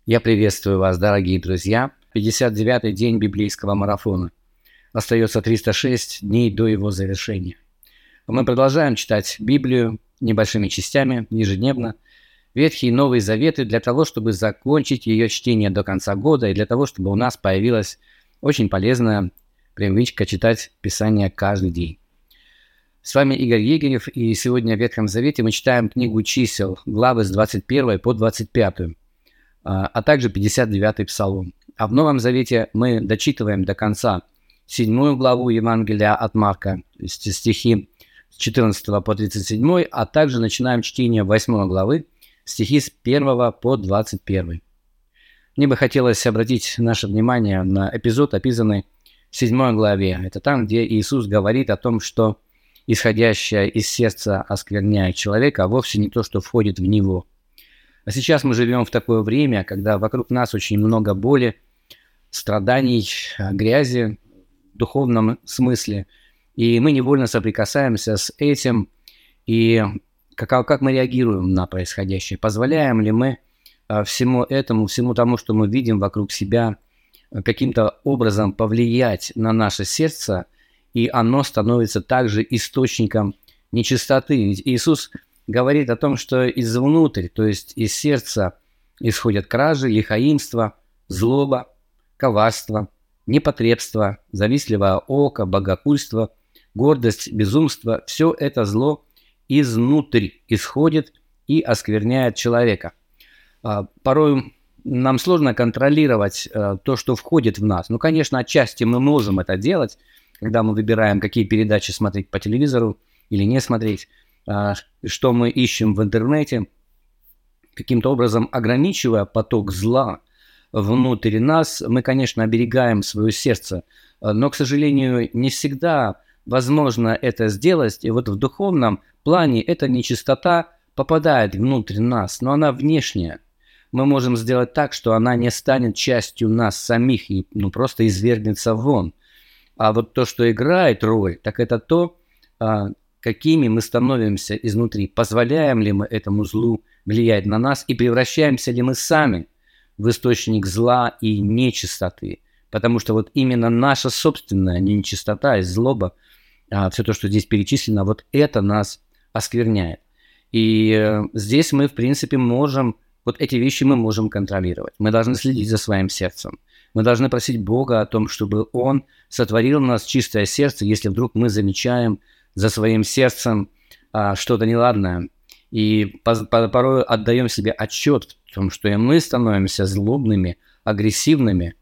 Я приветствую вас, дорогие друзья. 59-й день библейского марафона. Остается 306 дней до его завершения. Мы продолжаем читать Библию небольшими частями ежедневно, Ветхий и Новый Заветы, для того, чтобы закончить ее чтение до конца года и для того, чтобы у нас появилась очень полезная привычка читать Писание каждый день. С вами Игорь Егерев, и сегодня в Ветхом Завете мы читаем книгу Чисел, главы с 21 по 25, а также 59-й Псалом. А в Новом Завете мы дочитываем до конца 7 главу Евангелия от Марка, стихи с 14 по 37, а также начинаем чтение 8 главы, стихи с 1 по 21. Мне бы хотелось обратить наше внимание на эпизод, описанный в 7 главе. Это там, где Иисус говорит о том, что исходящее из сердца оскверняет человека, а вовсе не то, что входит в него. А сейчас мы живем в такое время, когда вокруг нас очень много боли, страданий, грязи в духовном смысле, и мы невольно соприкасаемся с этим, и как мы реагируем на происходящее? Позволяем ли мы всему этому, всему тому, что мы видим вокруг себя, каким-то образом повлиять на наше сердце, и оно становится также источником нечистоты? Ведь Иисус говорит о том, что изнутри, то есть из сердца, исходят кражи, лихоимство, злоба, коварство, непотребство, завистливое око, богохульство, гордость, безумство. Все это зло изнутри исходит и оскверняет человека. Порой нам сложно контролировать то, что входит в нас. Ну, конечно, отчасти мы можем это делать, когда мы выбираем, какие передачи смотреть по телевизору или не смотреть, что мы ищем в интернете, каким-то образом ограничивая поток зла внутри нас, мы, конечно, оберегаем свое сердце, но, к сожалению, не всегда возможно это сделать, и вот в духовном плане эта нечистота попадает внутрь нас, но она внешняя. Мы можем сделать так, что она не станет частью нас самих и просто извергнется вон. А вот то, что играет роль, так это то, какими мы становимся изнутри. Позволяем ли мы этому злу влиять на нас и превращаемся ли мы сами в источник зла и нечистоты. Потому что вот именно наша собственная нечистота и злоба, все то, что здесь перечислено, вот это нас оскверняет. И здесь мы, в принципе, можем, вот эти вещи мы можем контролировать. Мы должны следить за своим сердцем. Мы должны просить Бога о том, чтобы Он сотворил в нас чистое сердце, если вдруг мы замечаем за своим сердцем что-то неладное. И порой отдаем себе отчет в том, что и мы становимся злобными, агрессивными,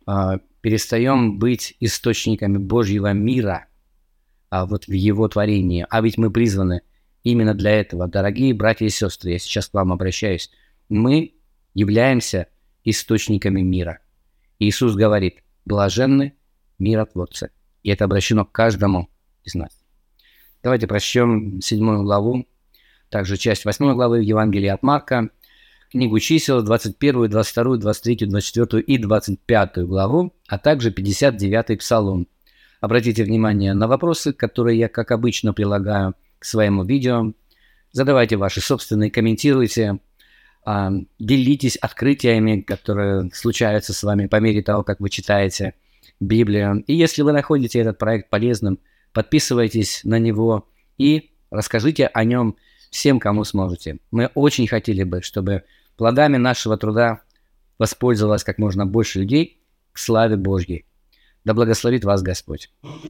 перестаем быть источниками Божьего мира вот в Его творении. А ведь мы призваны именно для этого. Дорогие братья и сестры, я сейчас к вам обращаюсь. Мы являемся источниками мира. Иисус говорит: блаженны миротворцы. И это обращено к каждому из нас. Давайте прочтем 7 главу, также часть 8 главы Евангелия от Марка, книгу Чисел, 21, 22, 23, 24 и 25 главу, а также 59-й Псалом. Обратите внимание на вопросы, которые я, как обычно, прилагаю к своему видео. Задавайте ваши собственные, комментируйте, делитесь открытиями, которые случаются с вами по мере того, как вы читаете Библию. И если вы находите этот проект полезным, подписывайтесь на него и расскажите о нем всем, кому сможете. Мы очень хотели бы, чтобы плодами нашего труда воспользовалось как можно больше людей к славе Божьей. Да благословит вас Господь.